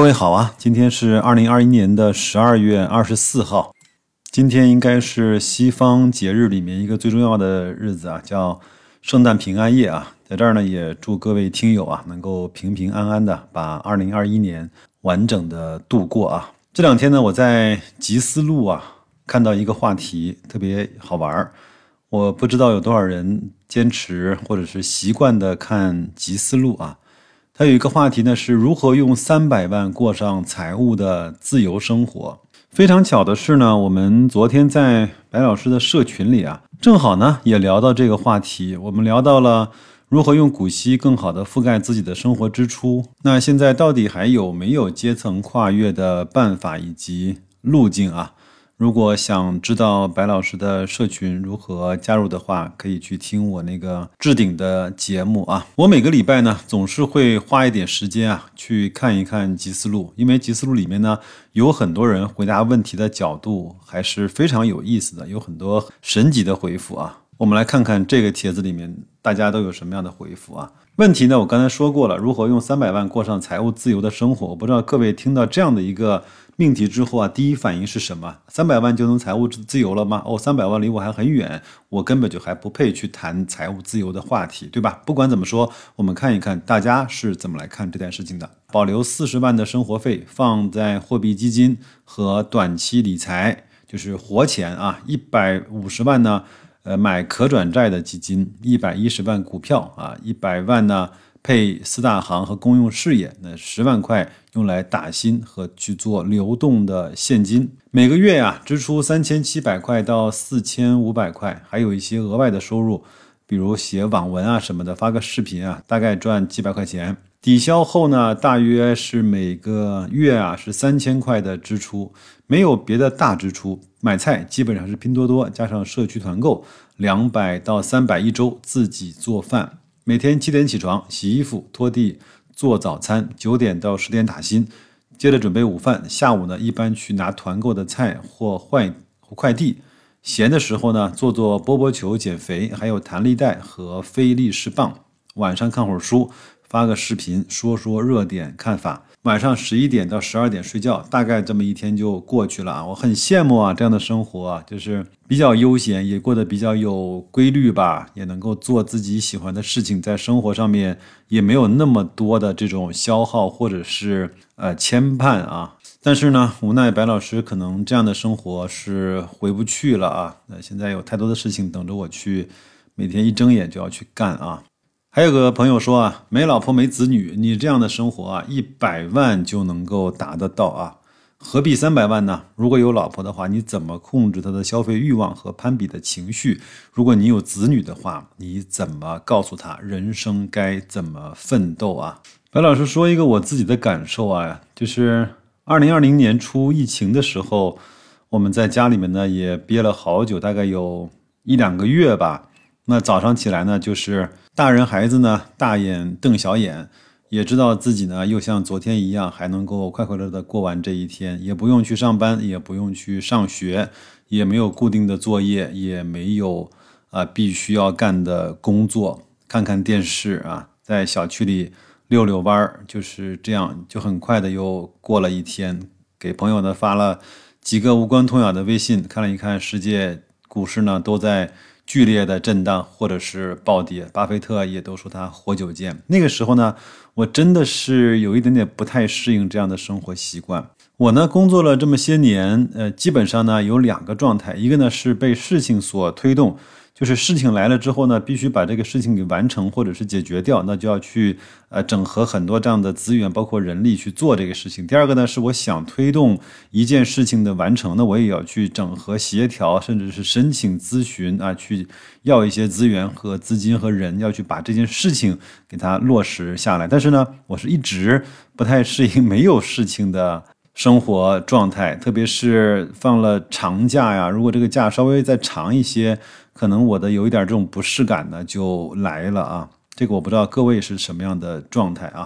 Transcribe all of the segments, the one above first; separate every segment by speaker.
Speaker 1: 位好啊，今天是2021年的12月24号，今天应该是西方节日里面一个最重要的日子啊，叫圣诞平安夜啊。在这儿呢，也祝各位听友啊能够平平安安的把2021年完整的度过啊。这两天呢，我在吉思路啊看到一个话题特别好玩，我不知道有多少人坚持或者是习惯的看吉思路啊。它有一个话题呢，是如何用300万过上财务的自由生活。非常巧的是呢，我们昨天在白老师的社群里啊，正好呢也聊到这个话题。我们聊到了如何用股息更好的覆盖自己的生活支出。那现在到底还有没有阶层跨越的办法以及路径啊？如果想知道白老师的社群如何加入的话，可以去听我那个置顶的节目啊。我每个礼拜呢，总是会花一点时间啊，去看一看吉思路，因为吉思路里面呢，有很多人回答问题的角度还是非常有意思的，有很多神级的回复啊。我们来看看这个帖子里面大家都有什么样的回复啊。问题呢，我刚才说过了，如何用300万过上财务自由的生活。我不知道各位听到这样的一个命题之后啊，第一反应是什么？300万就能财务自由了吗？300万离我还很远，我根本就还不配去谈财务自由的话题，对吧？不管怎么说，我们看一看大家是怎么来看这件事情的。保留40万的生活费放在货币基金和短期理财，就是活钱啊。150万呢买可转债的基金，110万股票啊，100万呢配4大行和公用事业，那10万块用来打新和去做流动的现金。每个月呀支出3700块到4500块，还有一些额外的收入，比如写网文啊什么的，发个视频啊，大概赚几百块钱。抵消后呢，大约是每个月啊是3000块的支出，没有别的大支出。买菜基本上是拼多多加上社区团购，200到300一周，自己做饭。每天7点起床，洗衣服、拖地、做早餐，9点到10点打新，接着准备午饭。下午呢，一般去拿团购的菜或快递。闲的时候呢，做波波球减肥，还有弹力带和非力士棒。晚上看会儿书，发个视频，说说热点看法。晚上11点到12点睡觉，大概这么一天就过去了啊。我很羡慕啊这样的生活啊，就是比较悠闲，也过得比较有规律吧，也能够做自己喜欢的事情，在生活上面也没有那么多的这种消耗或者是牵绊啊。但是呢，无奈白老师可能这样的生活是回不去了啊。现在有太多的事情等着我去，每天一睁眼就要去干啊。还有个朋友说啊，没老婆没子女，你这样的生活啊，100万就能够达得到啊，何必300万呢？如果有老婆的话，你怎么控制她的消费欲望和攀比的情绪？如果你有子女的话，你怎么告诉她人生该怎么奋斗啊？白老师说一个我自己的感受啊，就是2020年初疫情的时候，我们在家里面呢也憋了好久，大概有1-2个月吧。那早上起来呢，就是大人孩子呢大眼瞪小眼，也知道自己呢又像昨天一样还能够快快乐乐的过完这一天，也不用去上班，也不用去上学，也没有固定的作业，也没有必须要干的工作，看看电视啊，在小区里遛遛弯，就是这样，就很快的又过了一天。给朋友呢发了几个无关痛痒的微信，看了一看世界股市呢都在剧烈的震荡或者是暴跌，巴菲特也都说他活久见。那个时候呢，我真的是有一点点不太适应这样的生活习惯。我呢工作了这么些年，基本上呢有2个状态，一个呢是被事情所推动，就是事情来了之后呢，必须把这个事情给完成或者是解决掉，那就要去整合很多这样的资源，包括人力去做这个事情。第二个呢，是我想推动一件事情的完成，那我也要去整合协调，甚至是申请咨询啊，去要一些资源和资金和人，要去把这件事情给它落实下来。但是呢，我是一直不太适应没有事情的生活状态，特别是放了长假呀，如果这个假稍微再长一些，可能我的有一点这种不适感呢就来了啊。这个我不知道各位是什么样的状态啊。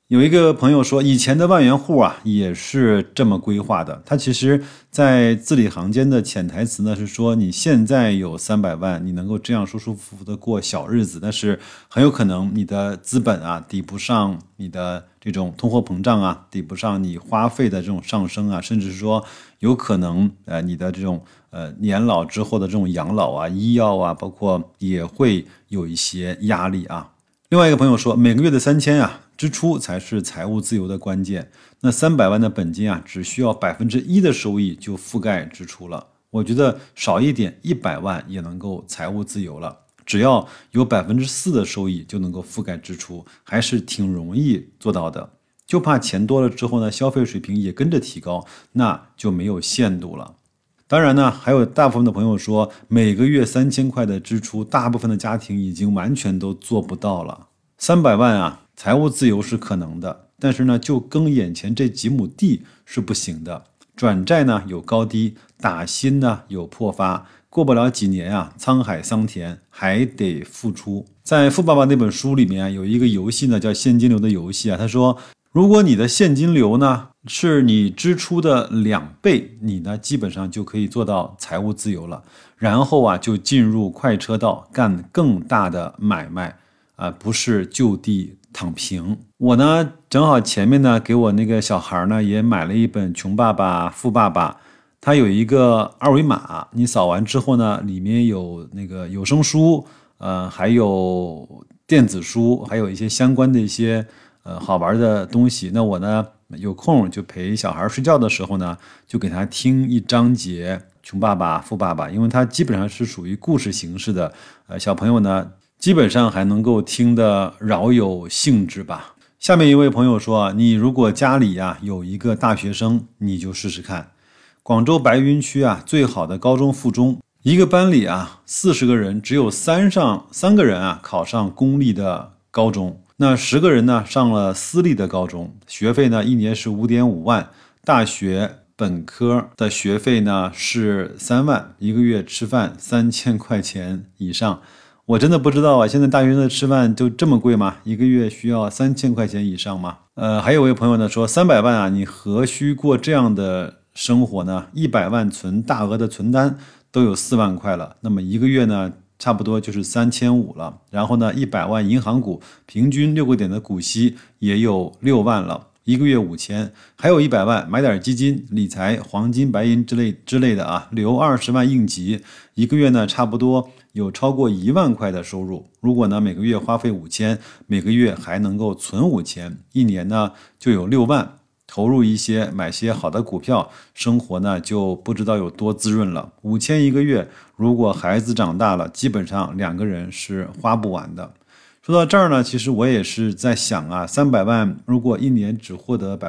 Speaker 1: 有一个朋友说，以前的万元户啊也是这么规划的。他其实在字里行间的潜台词呢是说，你现在有300万，你能够这样舒舒服服的过小日子，但是很有可能你的资本啊抵不上你的这种通货膨胀啊，抵不上你花费的这种上升啊，甚至是说有可能你的这种年老之后的这种养老啊、医药啊，包括也会有一些压力啊。另外一个朋友说，每个月的3000啊，支出才是财务自由的关键。那300万的本金啊，只需要1%的收益就覆盖支出了。我觉得少一点，100万也能够财务自由了。只要有4%的收益就能够覆盖支出，还是挺容易做到的。就怕钱多了之后呢，消费水平也跟着提高，那就没有限度了。当然呢，还有大部分的朋友说，每个月3000块的支出，大部分的家庭已经完全都做不到了。300万啊，财务自由是可能的，但是呢，就跟眼前这几亩地是不行的。转债呢有高低，打新呢有破发，过不了几年啊，沧海桑田，还得付出。在《富爸爸》那本书里面有一个游戏呢，叫现金流的游戏啊，他说，如果你的现金流呢是你支出的2倍，你呢基本上就可以做到财务自由了。然后啊，就进入快车道，干更大的买卖啊，不是就地躺平。我呢，正好前面呢给我那个小孩呢也买了一本《穷爸爸富爸爸》，它有一个二维码，你扫完之后呢，里面有那个有声书，还有电子书，还有一些相关的一些好玩的东西。那我呢有空就陪小孩睡觉的时候呢，就给他听一章节《穷爸爸富爸爸》，因为它基本上是属于故事形式的，小朋友呢基本上还能够听得饶有兴致吧。下面一位朋友说，你如果家里啊有一个大学生，你就试试看。广州白云区啊最好的高中附中，一个班里啊40个人，只有3个人啊考上公立的高中，那10个人呢上了私立的高中，学费呢一年是5.5万，大学本科的学费呢是3万，一个月吃饭3000块钱以上。我真的不知道啊，现在大学生的吃饭就这么贵吗？一个月需要3000块钱以上吗？还有位朋友呢说，300万啊，你何须过这样的生活呢？100万存大额的存单都有4万块了，那么一个月呢差不多就是3500了。然后呢，100万银行股，平均6个点的股息也有6万了，一个月5000，还有100万买点基金、理财、黄金、白银之类的啊，留20万应急，一个月呢差不多有超过1万块的收入。如果呢每个月花费5000，每个月还能够存5000，一年呢就有6万。投入一些买些好的股票，生活呢就不知道有多滋润了。5000一个月，如果孩子长大了，基本上2个人是花不完的。说到这儿呢，其实我也是在想啊，300万如果一年只获得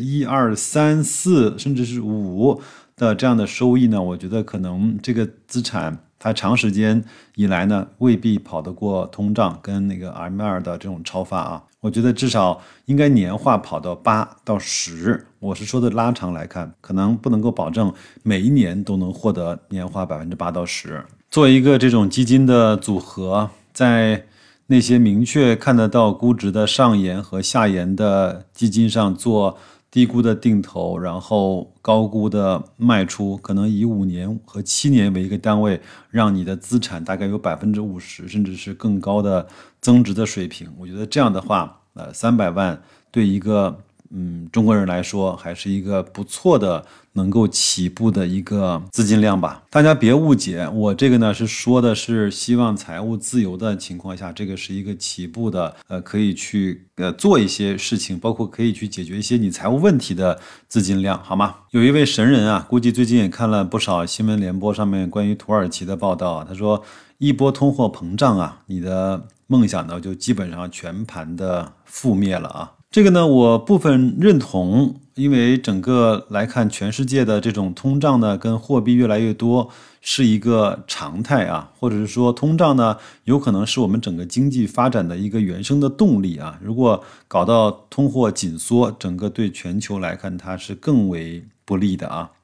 Speaker 1: 1%、2%、3%、4%甚至是5%的这样的收益呢，我觉得可能这个资产它长时间以来呢未必跑得过通胀跟那个 M2 的这种超发啊。我觉得至少应该年化跑到8到10，我是说的拉长来看，可能不能够保证每一年都能获得年化8%到10%。做一个这种基金的组合，在那些明确看得到估值的上沿和下沿的基金上做低估的定投，然后高估的卖出，可能以5年和7年为一个单位，让你的资产大概有50%甚至是更高的增值的水平。我觉得这样的话，300万对一个中国人来说还是一个不错的能够起步的一个资金量吧。大家别误解，我这个呢是说的是希望财务自由的情况下，这个是一个起步的可以去做一些事情，包括可以去解决一些你财务问题的资金量，好吗？有一位神人啊，估计最近也看了不少新闻联播上面关于土耳其的报道啊，他说一波通货膨胀啊，你的梦想呢就基本上全盘的覆灭了啊。这个呢，我部分认同，因为整个来看，全世界的这种通胀呢，跟货币越来越多是一个常态啊，或者是说通胀呢，有可能是我们整个经济发展的一个原生的动力啊。如果搞到通货紧缩，整个对全球来看，它是更为不利的啊。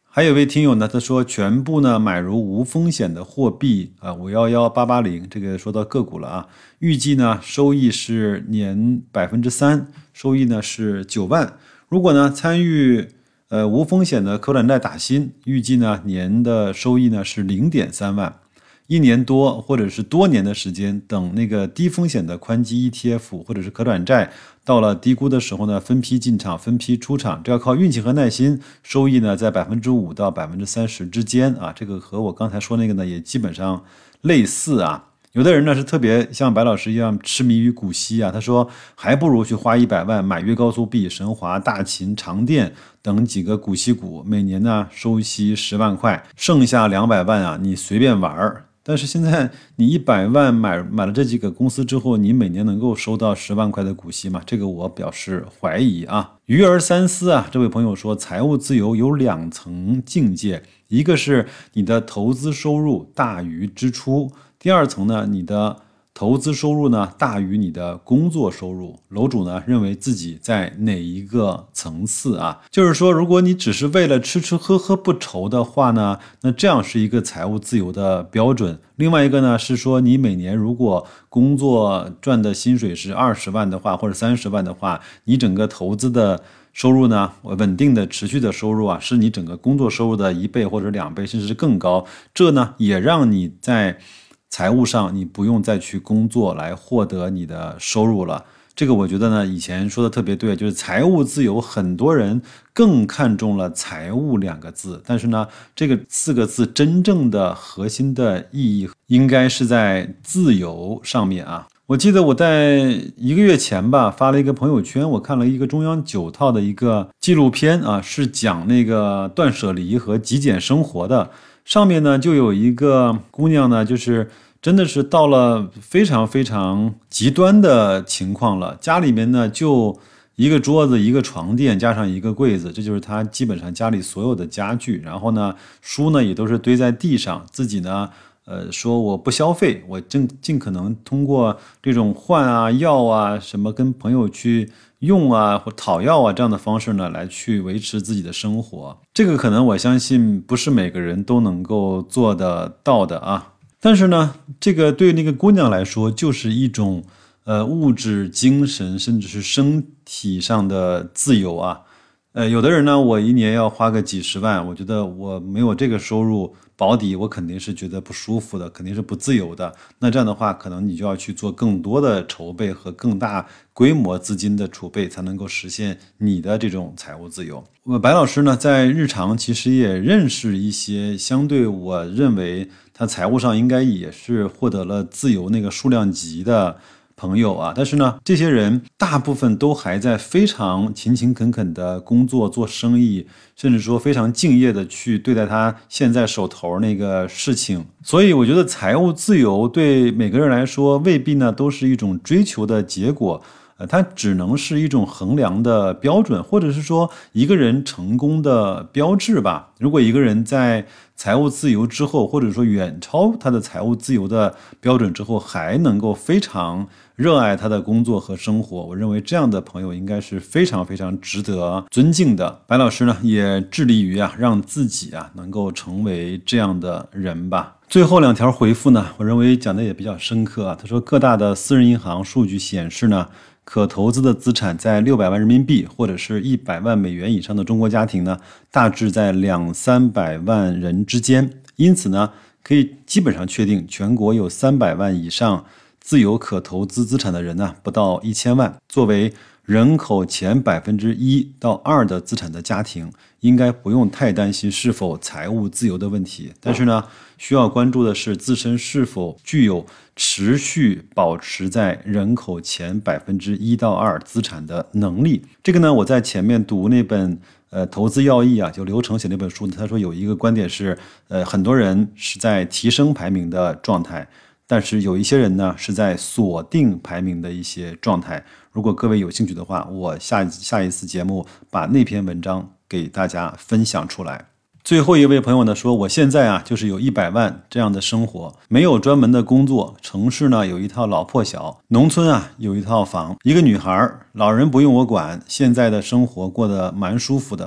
Speaker 1: 还有位听友呢，他说全部呢买入无风险的货币啊，511880，这个说到个股了啊，预计呢收益是年3%，收益呢是9万。如果呢参与无风险的可转债打新，预计呢年的收益呢是0.3万。1年多或者是多年的时间，等那个低风险的宽基 ETF 或者是可转债到了低估的时候呢，分批进场，分批出场，这要靠运气和耐心，收益呢在5%到30%之间啊，这个和我刚才说那个呢也基本上类似啊。有的人呢是特别像白老师一样痴迷于股息啊，他说还不如去花100万买粤高速 B、神华、大秦、长电等几个股息股，每年呢收息10万块，剩下200万啊你随便玩。但是现在你100万买了这几个公司之后，你每年能够收到10万块的股息吗？这个我表示怀疑啊。鱼儿三思啊，这位朋友说，财务自由有2层境界，一个是你的投资收入大于支出，第2层呢，你的投资收入呢大于你的工作收入。楼主呢认为自己在哪一个层次啊？就是说，如果你只是为了吃吃喝喝不愁的话呢，那这样是一个财务自由的标准。另外一个呢是说，你每年如果工作赚的薪水是20万的话，或者30万的话，你整个投资的收入呢，稳定的持续的收入啊，是你整个工作收入的1倍或者2倍，甚至是更高。这呢也让你在财务上你不用再去工作来获得你的收入了。这个我觉得呢，以前说的特别对，就是财务自由，很多人更看重了财务2个字，但是呢，这个4个字真正的核心的意义应该是在自由上面啊。我记得我在1个月前吧，发了一个朋友圈，我看了一个中央9套的一个纪录片啊，是讲那个断舍离和极简生活的。上面呢就有一个姑娘呢，就是真的是到了非常非常极端的情况了，家里面呢就一个桌子、一个床垫加上一个柜子，这就是她基本上家里所有的家具。然后呢，书呢也都是堆在地上，自己呢说我不消费，我尽可能通过这种换啊、要啊、什么跟朋友去用啊或讨要啊这样的方式呢，来去维持自己的生活。这个可能我相信不是每个人都能够做得到的啊。但是呢，这个对那个姑娘来说就是一种物质、精神甚至是身体上的自由啊。有的人呢，我1年要花个几十万，我觉得我没有这个收入保底，我肯定是觉得不舒服的，肯定是不自由的。那这样的话，可能你就要去做更多的筹备和更大规模资金的储备，才能够实现你的这种财务自由。白老师呢，在日常其实也认识一些相对我认为他财务上应该也是获得了自由那个数量级的朋友啊，但是呢，这些人大部分都还在非常勤勤恳恳的工作做生意，甚至说非常敬业的去对待他现在手头那个事情。所以我觉得财务自由对每个人来说未必呢都是一种追求的结果，它只能是一种衡量的标准，或者是说一个人成功的标志吧。如果一个人在财务自由之后，或者说远超他的财务自由的标准之后，还能够非常热爱他的工作和生活，我认为这样的朋友应该是非常非常值得尊敬的。白老师呢，也致力于让自己能够成为这样的人吧。最后2条回复呢，我认为讲的也比较深刻啊。他说，各大的私人银行数据显示呢，可投资的资产在600万人民币或者是100万美元以上的中国家庭呢，大致在200-300万人之间。因此呢，可以基本上确定，全国有300万以上自有可投资资产的人呢，不到1000万。作为人口前1%到2%的资产的家庭，应该不用太担心是否财务自由的问题。但是呢，需要关注的是自身是否具有持续保持在人口前1%到2%资产的能力。这个呢，我在前面读那本投资要义就刘成写那本书，他说有一个观点是，很多人是在提升排名的状态，但是有一些人呢是在锁定排名的一些状态。如果各位有兴趣的话，我下一次节目把那篇文章给大家分享出来。最后一位朋友呢说，我现在就是有100万这样的生活，没有专门的工作，城市呢有一套老破小，农村有一套房，一个女孩，老人不用我管，现在的生活过得蛮舒服的。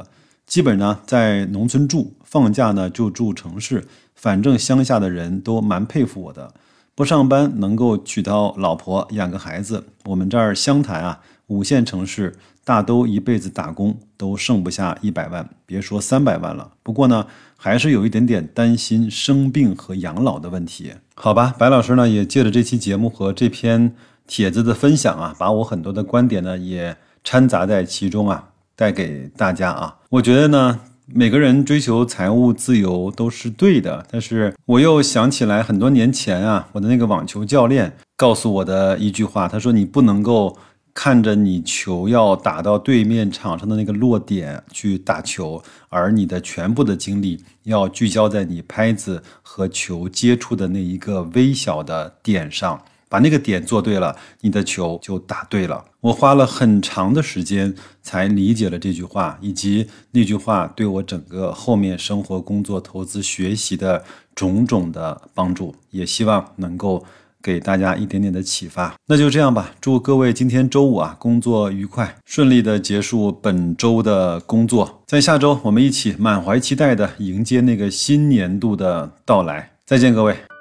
Speaker 1: 基本呢在农村住，放假呢就住城市，反正乡下的人都蛮佩服我的。不上班能够娶到老婆养个孩子，我们这儿湘潭啊，5线城市大都一辈子打工都剩不下100万，别说300万了。不过呢，还是有一点点担心生病和养老的问题。好吧，白老师呢也借着这期节目和这篇帖子的分享啊，把我很多的观点呢也掺杂在其中啊，带给大家啊。我觉得呢，每个人追求财务自由都是对的，但是我又想起来很多年前啊，我的那个网球教练告诉我的一句话，他说你不能够看着你球要打到对面场上的那个落点去打球，而你的全部的精力要聚焦在你拍子和球接触的那一个微小的点上，把那个点做对了，你的球就打对了。我花了很长的时间才理解了这句话，以及那句话对我整个后面生活、工作、投资、学习的种种的帮助，也希望能够给大家一点点的启发。那就这样吧，祝各位今天周五啊，工作愉快，顺利的结束本周的工作。在下周我们一起满怀期待的迎接那个新年度的到来。再见各位。